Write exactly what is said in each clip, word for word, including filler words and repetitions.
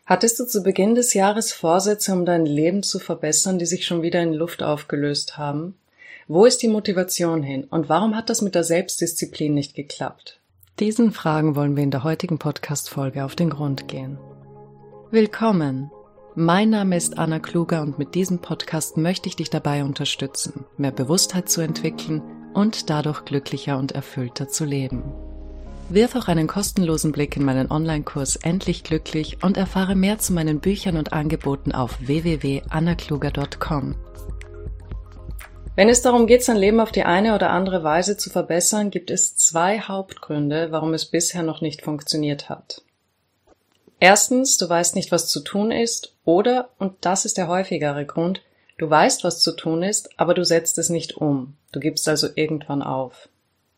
Hattest du zu Beginn des Jahres Vorsätze, um dein Leben zu verbessern, die sich schon wieder in Luft aufgelöst haben? Wo ist die Motivation hin und warum hat das mit der Selbstdisziplin nicht geklappt? Diesen Fragen wollen wir in der heutigen Podcast-Folge auf den Grund gehen. Willkommen! Mein Name ist Anna Kluger und mit diesem Podcast möchte ich dich dabei unterstützen, mehr Bewusstheit zu entwickeln und dadurch glücklicher und erfüllter zu leben. Wirf auch einen kostenlosen Blick in meinen Online-Kurs Endlich Glücklich und erfahre mehr zu meinen Büchern und Angeboten auf w w w punkt anna kluger punkt com. Wenn es darum geht, sein Leben auf die eine oder andere Weise zu verbessern, gibt es zwei Hauptgründe, warum es bisher noch nicht funktioniert hat. Erstens, du weißt nicht, was zu tun ist, oder, und das ist der häufigere Grund, du weißt, was zu tun ist, aber du setzt es nicht um. Du gibst also irgendwann auf.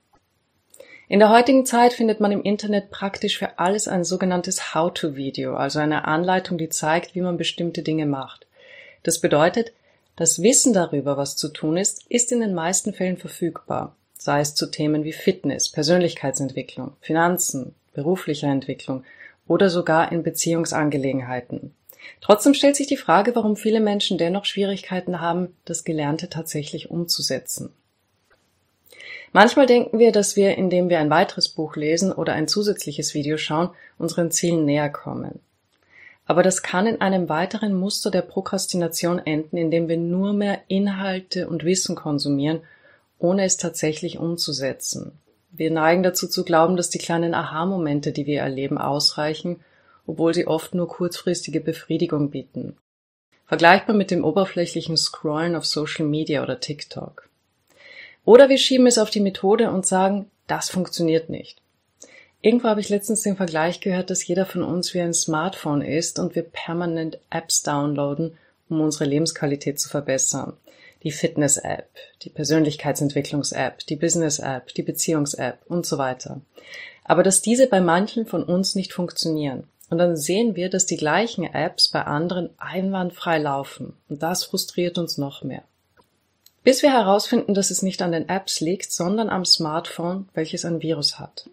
In der heutigen Zeit findet man im Internet praktisch für alles ein sogenanntes How-to-Video, also eine Anleitung, die zeigt, wie man bestimmte Dinge macht. Das bedeutet, das Wissen darüber, was zu tun ist, ist in den meisten Fällen verfügbar, sei es zu Themen wie Fitness, Persönlichkeitsentwicklung, Finanzen, beruflicher Entwicklung oder sogar in Beziehungsangelegenheiten. Trotzdem stellt sich die Frage, warum viele Menschen dennoch Schwierigkeiten haben, das Gelernte tatsächlich umzusetzen. Manchmal denken wir, dass wir, indem wir ein weiteres Buch lesen oder ein zusätzliches Video schauen, unseren Zielen näher kommen. Aber das kann in einem weiteren Muster der Prokrastination enden, indem wir nur mehr Inhalte und Wissen konsumieren, ohne es tatsächlich umzusetzen. Wir neigen dazu zu glauben, dass die kleinen Aha-Momente, die wir erleben, ausreichen, obwohl sie oft nur kurzfristige Befriedigung bieten. Vergleichbar mit dem oberflächlichen Scrollen auf Social Media oder TikTok. Oder wir schieben es auf die Methode und sagen, das funktioniert nicht. Irgendwo habe ich letztens den Vergleich gehört, dass jeder von uns wie ein Smartphone ist und wir permanent Apps downloaden, um unsere Lebensqualität zu verbessern. Die Fitness-App, die Persönlichkeitsentwicklungs-App, die Business-App, die Beziehungs-App und so weiter. Aber dass diese bei manchen von uns nicht funktionieren. Und dann sehen wir, dass die gleichen Apps bei anderen einwandfrei laufen. Und das frustriert uns noch mehr. Bis wir herausfinden, dass es nicht an den Apps liegt, sondern am Smartphone, welches ein Virus hat.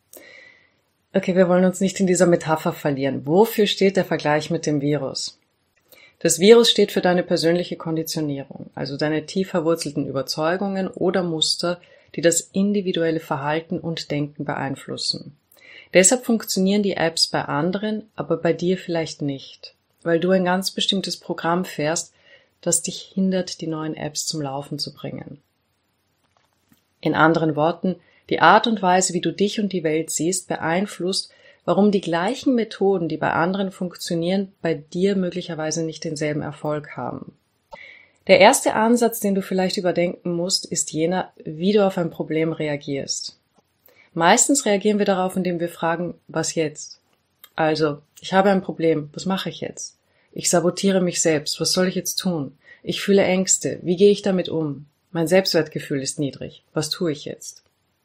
Okay, wir wollen uns nicht in dieser Metapher verlieren. Wofür steht der Vergleich mit dem Virus? Das Virus steht für deine persönliche Konditionierung, also deine tief verwurzelten Überzeugungen oder Muster, die das individuelle Verhalten und Denken beeinflussen. Deshalb funktionieren die Apps bei anderen, aber bei dir vielleicht nicht, weil du ein ganz bestimmtes Programm fährst, das dich hindert, die neuen Apps zum Laufen zu bringen. In anderen Worten, die Art und Weise, wie du dich und die Welt siehst, beeinflusst, warum die gleichen Methoden, die bei anderen funktionieren, bei dir möglicherweise nicht denselben Erfolg haben. Der erste Ansatz, den du vielleicht überdenken musst, ist jener, wie du auf ein Problem reagierst. Meistens reagieren wir darauf, indem wir fragen, was jetzt? Also, ich habe ein Problem, was mache ich jetzt? Ich sabotiere mich selbst. Was soll ich jetzt tun? Ich fühle Ängste. Wie gehe ich damit um? Mein Selbstwertgefühl ist niedrig. Was tue ich jetzt?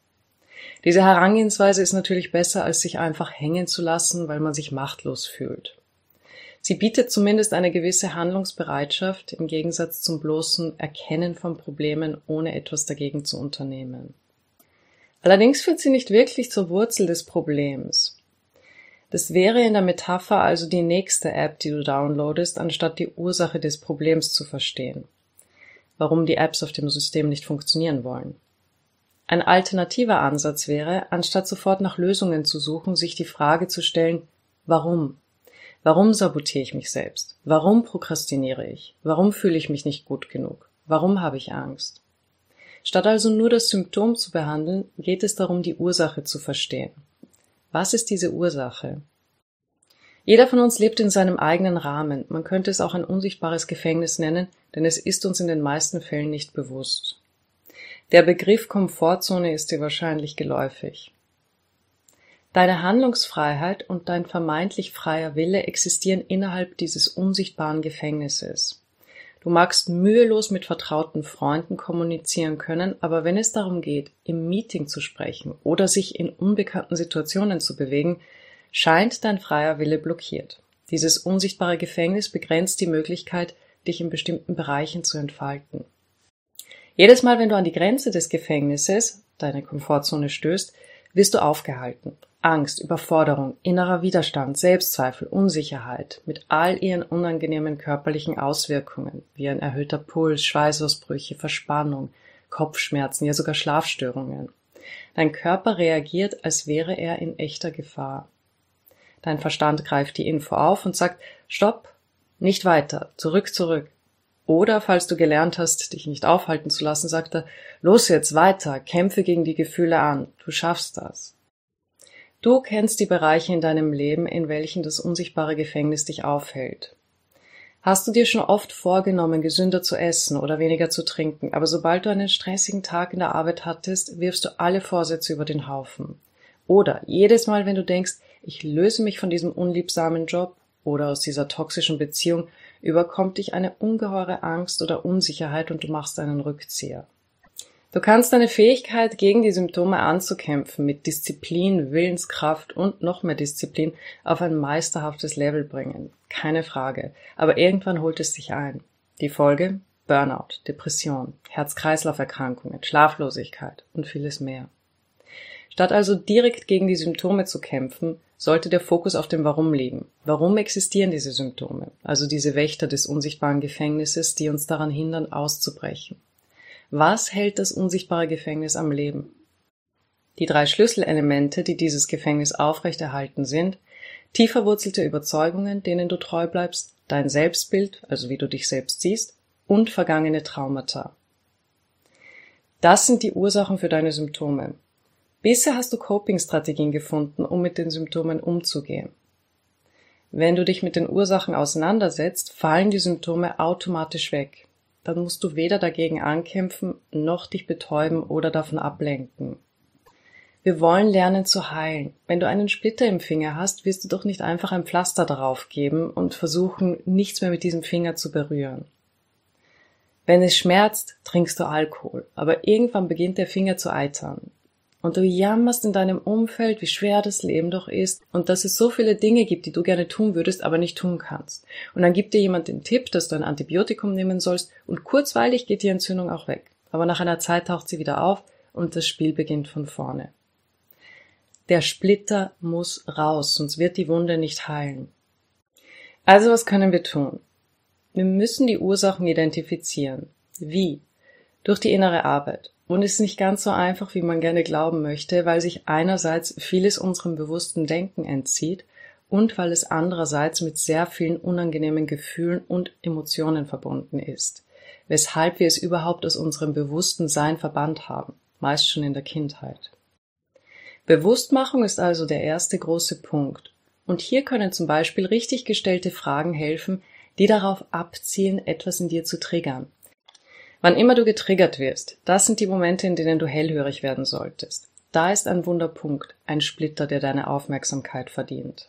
Diese Herangehensweise ist natürlich besser, als sich einfach hängen zu lassen, weil man sich machtlos fühlt. Sie bietet zumindest eine gewisse Handlungsbereitschaft im Gegensatz zum bloßen Erkennen von Problemen, ohne etwas dagegen zu unternehmen. Allerdings führt sie nicht wirklich zur Wurzel des Problems. Das wäre in der Metapher also die nächste App, die du downloadest, anstatt die Ursache des Problems zu verstehen. Warum die Apps auf dem System nicht funktionieren wollen. Ein alternativer Ansatz wäre, anstatt sofort nach Lösungen zu suchen, sich die Frage zu stellen, warum? Warum sabotiere ich mich selbst? Warum prokrastiniere ich? Warum fühle ich mich nicht gut genug? Warum habe ich Angst? Statt also nur das Symptom zu behandeln, geht es darum, die Ursache zu verstehen. Was ist diese Ursache? Jeder von uns lebt in seinem eigenen Rahmen. Man könnte es auch ein unsichtbares Gefängnis nennen, denn es ist uns in den meisten Fällen nicht bewusst. Der Begriff Komfortzone ist dir wahrscheinlich geläufig. Deine Handlungsfreiheit und dein vermeintlich freier Wille existieren innerhalb dieses unsichtbaren Gefängnisses. Du magst mühelos mit vertrauten Freunden kommunizieren können, aber wenn es darum geht, im Meeting zu sprechen oder sich in unbekannten Situationen zu bewegen, scheint dein freier Wille blockiert. Dieses unsichtbare Gefängnis begrenzt die Möglichkeit, dich in bestimmten Bereichen zu entfalten. Jedes Mal, wenn du an die Grenze des Gefängnisses, deine Komfortzone, stößt, wirst du aufgehalten. Angst, Überforderung, innerer Widerstand, Selbstzweifel, Unsicherheit mit all ihren unangenehmen körperlichen Auswirkungen, wie ein erhöhter Puls, Schweißausbrüche, Verspannung, Kopfschmerzen, ja sogar Schlafstörungen. Dein Körper reagiert, als wäre er in echter Gefahr. Dein Verstand greift die Info auf und sagt, stopp, nicht weiter, zurück, zurück. Oder, falls du gelernt hast, dich nicht aufhalten zu lassen, sagt er, los jetzt, weiter, kämpfe gegen die Gefühle an, du schaffst das. Du kennst die Bereiche in deinem Leben, in welchen das unsichtbare Gefängnis dich aufhält. Hast du dir schon oft vorgenommen, gesünder zu essen oder weniger zu trinken, aber sobald du einen stressigen Tag in der Arbeit hattest, wirfst du alle Vorsätze über den Haufen. Oder jedes Mal, wenn du denkst, ich löse mich von diesem unliebsamen Job oder aus dieser toxischen Beziehung, überkommt dich eine ungeheure Angst oder Unsicherheit und du machst einen Rückzieher. Du kannst deine Fähigkeit, gegen die Symptome anzukämpfen, mit Disziplin, Willenskraft und noch mehr Disziplin auf ein meisterhaftes Level bringen. Keine Frage. Aber irgendwann holt es dich ein. Die Folge? Burnout, Depression, Herz-Kreislauf-Erkrankungen, Schlaflosigkeit und vieles mehr. Statt also direkt gegen die Symptome zu kämpfen, sollte der Fokus auf dem Warum liegen. Warum existieren diese Symptome? Also diese Wächter des unsichtbaren Gefängnisses, die uns daran hindern, auszubrechen. Was hält das unsichtbare Gefängnis am Leben? Die drei Schlüsselelemente, die dieses Gefängnis aufrechterhalten, sind tief verwurzelte Überzeugungen, denen du treu bleibst, dein Selbstbild, also wie du dich selbst siehst, und vergangene Traumata. Das sind die Ursachen für deine Symptome. Bisher hast du Coping-Strategien gefunden, um mit den Symptomen umzugehen. Wenn du dich mit den Ursachen auseinandersetzt, fallen die Symptome automatisch weg. Dann musst du weder dagegen ankämpfen, noch dich betäuben oder davon ablenken. Wir wollen lernen zu heilen. Wenn du einen Splitter im Finger hast, wirst du doch nicht einfach ein Pflaster darauf geben und versuchen, nichts mehr mit diesem Finger zu berühren. Wenn es schmerzt, trinkst du Alkohol, aber irgendwann beginnt der Finger zu eitern. Und du jammerst in deinem Umfeld, wie schwer das Leben doch ist und dass es so viele Dinge gibt, die du gerne tun würdest, aber nicht tun kannst. Und dann gibt dir jemand den Tipp, dass du ein Antibiotikum nehmen sollst und kurzweilig geht die Entzündung auch weg. Aber nach einer Zeit taucht sie wieder auf und das Spiel beginnt von vorne. Der Splitter muss raus, sonst wird die Wunde nicht heilen. Also was können wir tun? Wir müssen die Ursachen identifizieren. Wie? Durch die innere Arbeit. Und es ist nicht ganz so einfach, wie man gerne glauben möchte, weil sich einerseits vieles unserem bewussten Denken entzieht und weil es andererseits mit sehr vielen unangenehmen Gefühlen und Emotionen verbunden ist, weshalb wir es überhaupt aus unserem bewussten Sein verbannt haben, meist schon in der Kindheit. Bewusstmachung ist also der erste große Punkt. Und hier können zum Beispiel richtig gestellte Fragen helfen, die darauf abzielen, etwas in dir zu triggern. Wann immer du getriggert wirst, das sind die Momente, in denen du hellhörig werden solltest. Da ist ein Wunderpunkt, ein Splitter, der deine Aufmerksamkeit verdient.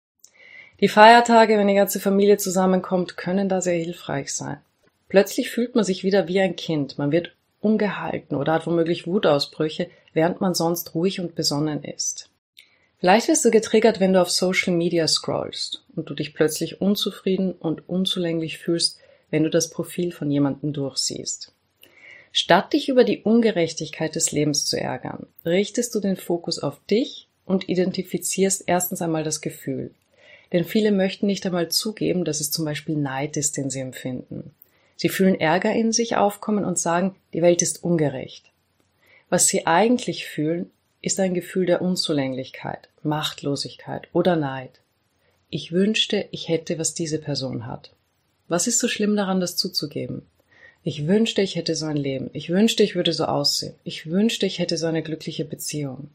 Die Feiertage, wenn die ganze Familie zusammenkommt, können da sehr hilfreich sein. Plötzlich fühlt man sich wieder wie ein Kind, man wird ungehalten oder hat womöglich Wutausbrüche, während man sonst ruhig und besonnen ist. Vielleicht wirst du getriggert, wenn du auf Social Media scrollst und du dich plötzlich unzufrieden und unzulänglich fühlst, wenn du das Profil von jemandem durchsiehst. Statt dich über die Ungerechtigkeit des Lebens zu ärgern, richtest du den Fokus auf dich und identifizierst erstens einmal das Gefühl. Denn viele möchten nicht einmal zugeben, dass es zum Beispiel Neid ist, den sie empfinden. Sie fühlen Ärger in sich aufkommen und sagen, die Welt ist ungerecht. Was sie eigentlich fühlen, ist ein Gefühl der Unzulänglichkeit, Machtlosigkeit oder Neid. Ich wünschte, ich hätte, was diese Person hat. Was ist so schlimm daran, das zuzugeben? Ich wünschte, ich hätte so ein Leben. Ich wünschte, ich würde so aussehen. Ich wünschte, ich hätte so eine glückliche Beziehung.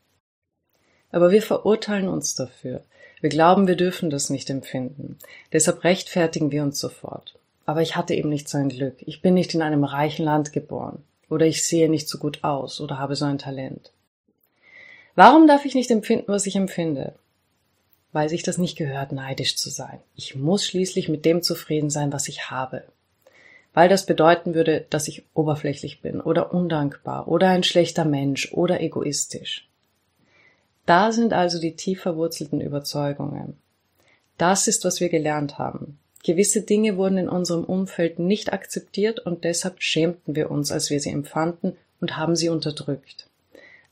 Aber wir verurteilen uns dafür. Wir glauben, wir dürfen das nicht empfinden. Deshalb rechtfertigen wir uns sofort. Aber ich hatte eben nicht so ein Glück. Ich bin nicht in einem reichen Land geboren. Oder ich sehe nicht so gut aus oder habe so ein Talent. Warum darf ich nicht empfinden, was ich empfinde? Weil sich das nicht gehört, neidisch zu sein. Ich muss schließlich mit dem zufrieden sein, was ich habe. Weil das bedeuten würde, dass ich oberflächlich bin oder undankbar oder ein schlechter Mensch oder egoistisch. Da sind also die tief verwurzelten Überzeugungen. Das ist, was wir gelernt haben. Gewisse Dinge wurden in unserem Umfeld nicht akzeptiert und deshalb schämten wir uns, als wir sie empfanden und haben sie unterdrückt.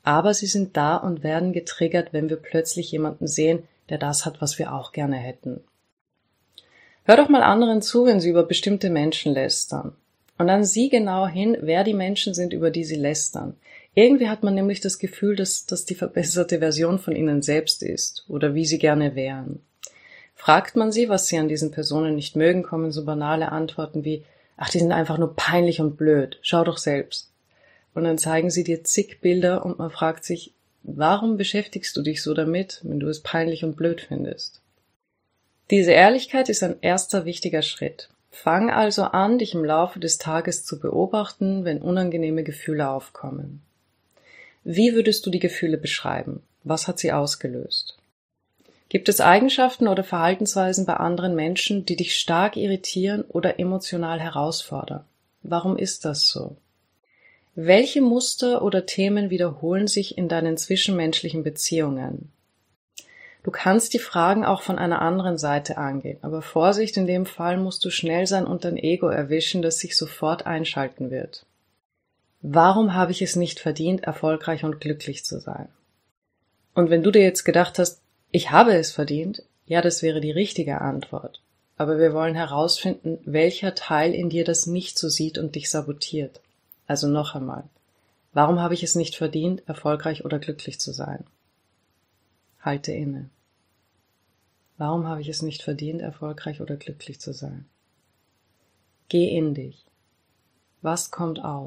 Aber sie sind da und werden getriggert, wenn wir plötzlich jemanden sehen, der das hat, was wir auch gerne hätten. Hör doch mal anderen zu, wenn sie über bestimmte Menschen lästern. Und dann sieh genau hin, wer die Menschen sind, über die sie lästern. Irgendwie hat man nämlich das Gefühl, dass das die verbesserte Version von ihnen selbst ist oder wie sie gerne wären. Fragt man sie, was sie an diesen Personen nicht mögen, kommen so banale Antworten wie, ach, die sind einfach nur peinlich und blöd, schau doch selbst. Und dann zeigen sie dir zig Bilder und man fragt sich, warum beschäftigst du dich so damit, wenn du es peinlich und blöd findest? Diese Ehrlichkeit ist ein erster wichtiger Schritt. Fang also an, dich im Laufe des Tages zu beobachten, wenn unangenehme Gefühle aufkommen. Wie würdest du die Gefühle beschreiben? Was hat sie ausgelöst? Gibt es Eigenschaften oder Verhaltensweisen bei anderen Menschen, die dich stark irritieren oder emotional herausfordern? Warum ist das so? Welche Muster oder Themen wiederholen sich in deinen zwischenmenschlichen Beziehungen? Du kannst die Fragen auch von einer anderen Seite angehen, aber Vorsicht, in dem Fall musst du schnell sein und dein Ego erwischen, das sich sofort einschalten wird. Warum habe ich es nicht verdient, erfolgreich und glücklich zu sein? Und wenn du dir jetzt gedacht hast, ich habe es verdient, ja, das wäre die richtige Antwort. Aber wir wollen herausfinden, welcher Teil in dir das nicht so sieht und dich sabotiert. Also noch einmal, warum habe ich es nicht verdient, erfolgreich oder glücklich zu sein? Halte inne. Warum habe ich es nicht verdient, erfolgreich oder glücklich zu sein? Geh in dich. Was kommt auf?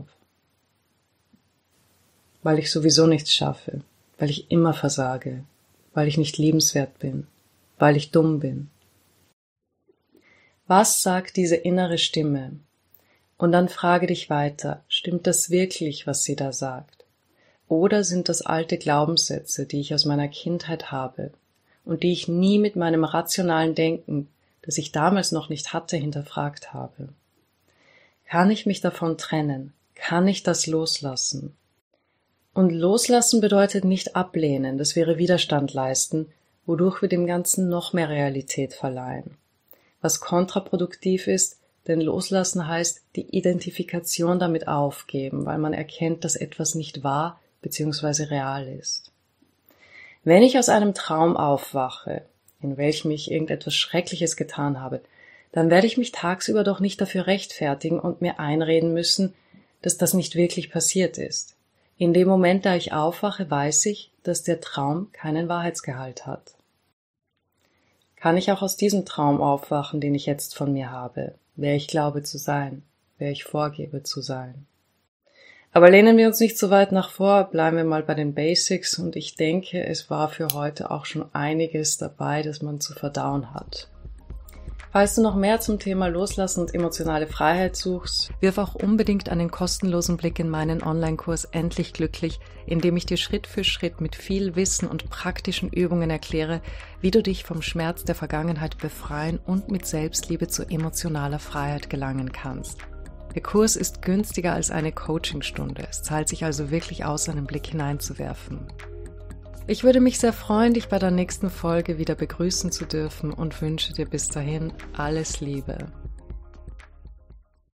Weil ich sowieso nichts schaffe, weil ich immer versage, weil ich nicht liebenswert bin, weil ich dumm bin. Was sagt diese innere Stimme? Und dann frage dich weiter, stimmt das wirklich, was sie da sagt? Oder sind das alte Glaubenssätze, die ich aus meiner Kindheit habe und die ich nie mit meinem rationalen Denken, das ich damals noch nicht hatte, hinterfragt habe? Kann ich mich davon trennen? Kann ich das loslassen? Und loslassen bedeutet nicht ablehnen, das wäre Widerstand leisten, wodurch wir dem Ganzen noch mehr Realität verleihen. Was kontraproduktiv ist, denn loslassen heißt die Identifikation damit aufgeben, weil man erkennt, dass etwas nicht wahr bzw. real ist. Wenn ich aus einem Traum aufwache, in welchem ich irgendetwas Schreckliches getan habe, dann werde ich mich tagsüber doch nicht dafür rechtfertigen und mir einreden müssen, dass das nicht wirklich passiert ist. In dem Moment, da ich aufwache, weiß ich, dass der Traum keinen Wahrheitsgehalt hat. Kann ich auch aus diesem Traum aufwachen, den ich jetzt von mir habe, wer ich glaube zu sein, wer ich vorgebe zu sein. Aber lehnen wir uns nicht so weit nach vor, bleiben wir mal bei den Basics und ich denke, es war für heute auch schon einiges dabei, das man zu verdauen hat. Falls du noch mehr zum Thema Loslassen und emotionale Freiheit suchst, wirf auch unbedingt einen kostenlosen Blick in meinen Online-Kurs Endlich Glücklich, in dem ich dir Schritt für Schritt mit viel Wissen und praktischen Übungen erkläre, wie du dich vom Schmerz der Vergangenheit befreien und mit Selbstliebe zu emotionaler Freiheit gelangen kannst. Der Kurs ist günstiger als eine Coachingstunde, es zahlt sich also wirklich aus, einen Blick hineinzuwerfen. Ich würde mich sehr freuen, dich bei der nächsten Folge wieder begrüßen zu dürfen und wünsche dir bis dahin alles Liebe.